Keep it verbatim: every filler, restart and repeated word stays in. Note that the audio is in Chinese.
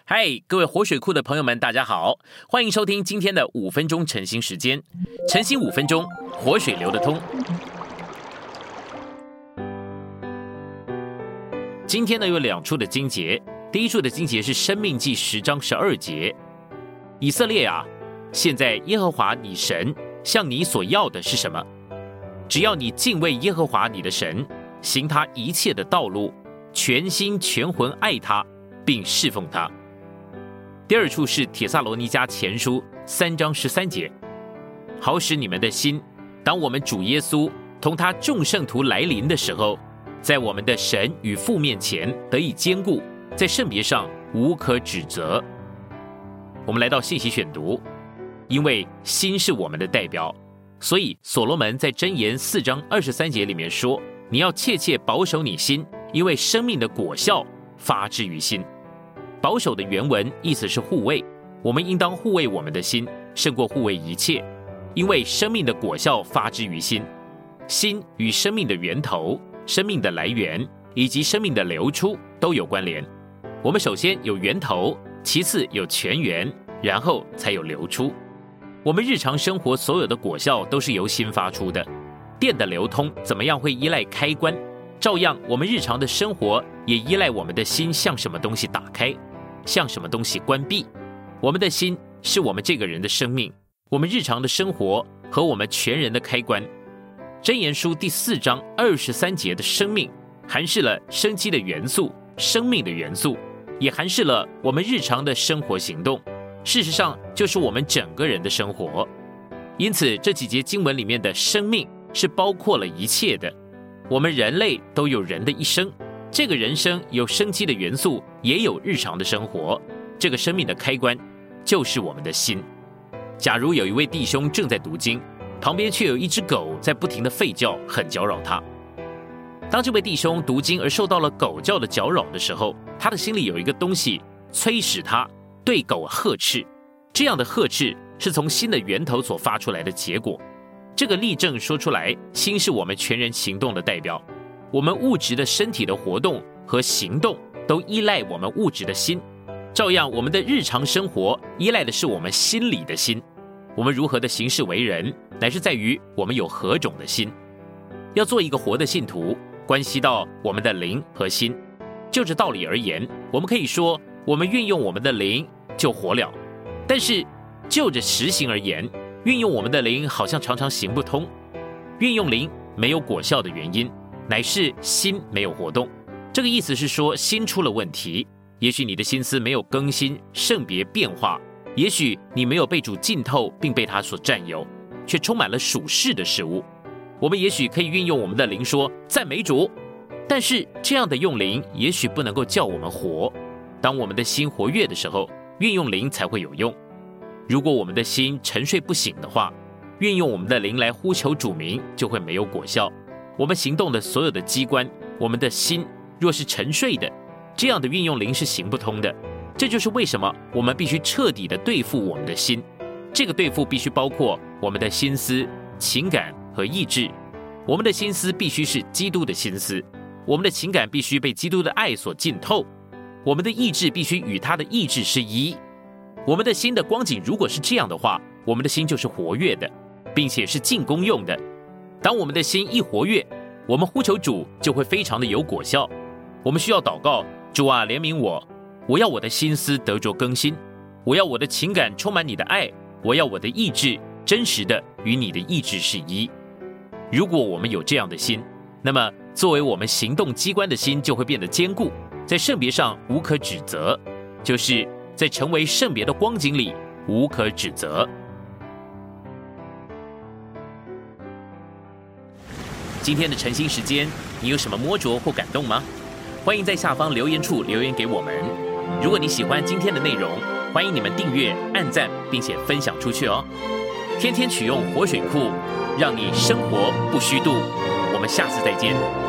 嗨，各位活水库的朋友们，大家好，欢迎收听今天的五分钟晨兴时间。晨兴五分钟，活水流得通。今天呢有两处的经节，第一处的经节是申命记十章十二节，以色列啊，现在耶和华你神向你所要的是什么？只要你敬畏耶和华你的神，行他一切的道路，全心全魂爱他，并侍奉他。第二处是帖撒罗尼迦前书三章十三节，好使你们的心，当我们主耶稣同他众圣徒来临的时候，在我们的神与父面前得以坚固，在圣别上无可指责。我们来到信息选读，因为心是我们的代表，所以所罗门在箴言四章二十三节里面说，你要切切保守你心，因为生命的果效发之于心。保守的原文意思是护卫，我们应当护卫我们的心，胜过护卫一切，因为生命的果效发之于心。心与生命的源头、生命的来源以及生命的流出都有关联。我们首先有源头，其次有泉源，然后才有流出。我们日常生活所有的果效都是由心发出的。电的流通怎么样会依赖开关，照样我们日常的生活也依赖我们的心向什么东西打开，向什么东西关闭。我们的心是我们这个人的生命，我们日常的生活和我们全人的开关。箴言书第四章二十三节的生命含释了生机的元素，生命的元素也含释了我们日常的生活行动，事实上就是我们整个人的生活。因此这几节经文里面的生命是包括了一切的。我们人类都有人的一生，这个人生有生机的元素，也有日常的生活。这个生命的开关就是我们的心。假如有一位弟兄正在读经，旁边却有一只狗在不停地吠叫，很搅扰他。当这位弟兄读经而受到了狗叫的搅扰的时候，他的心里有一个东西催使他对狗呵斥，这样的呵斥是从心的源头所发出来的结果。这个例证说出来，心是我们全人行动的代表，我们物质的身体的活动和行动都依赖我们物质的心，照样我们的日常生活依赖的是我们心里的心。我们如何的行事为人，乃是在于我们有何种的心。要做一个活的信徒，关系到我们的灵和心。就这道理而言，我们可以说我们运用我们的灵就活了，但是就着实行而言，运用我们的灵好像常常行不通。运用灵没有果效的原因，乃是心没有活动。这个意思是说，心出了问题。也许你的心思没有更新、圣别变化，也许你没有被主浸透并被他所占有，却充满了属世的事物。我们也许可以运用我们的灵说赞美主，但是这样的用灵也许不能够叫我们活。当我们的心活跃的时候，运用灵才会有用。如果我们的心沉睡不醒的话，运用我们的灵来呼求主名就会没有果效。我们行动的所有的机关，我们的心若是沉睡的，这样的运用灵是行不通的。这就是为什么我们必须彻底的对付我们的心。这个对付必须包括我们的心思、情感和意志。我们的心思必须是基督的心思，我们的情感必须被基督的爱所浸透，我们的意志必须与他的意志是一。我们的心的光景如果是这样的话，我们的心就是活跃的，并且是进攻用的。当我们的心一活跃，我们呼求主就会非常的有果效。我们需要祷告，主啊，怜悯我，我要我的心思得着更新，我要我的情感充满你的爱，我要我的意志真实的与你的意志是一。如果我们有这样的心，那么作为我们行动机关的心就会变得坚固，在圣别上无可指责，就是在成为圣别的光景里无可指责。今天的晨兴时间，你有什么摸着或感动吗？欢迎在下方留言处留言给我们。如果你喜欢今天的内容，欢迎你们订阅、按赞，并且分享出去哦。天天取用活水库，让你生活不虚度。我们下次再见。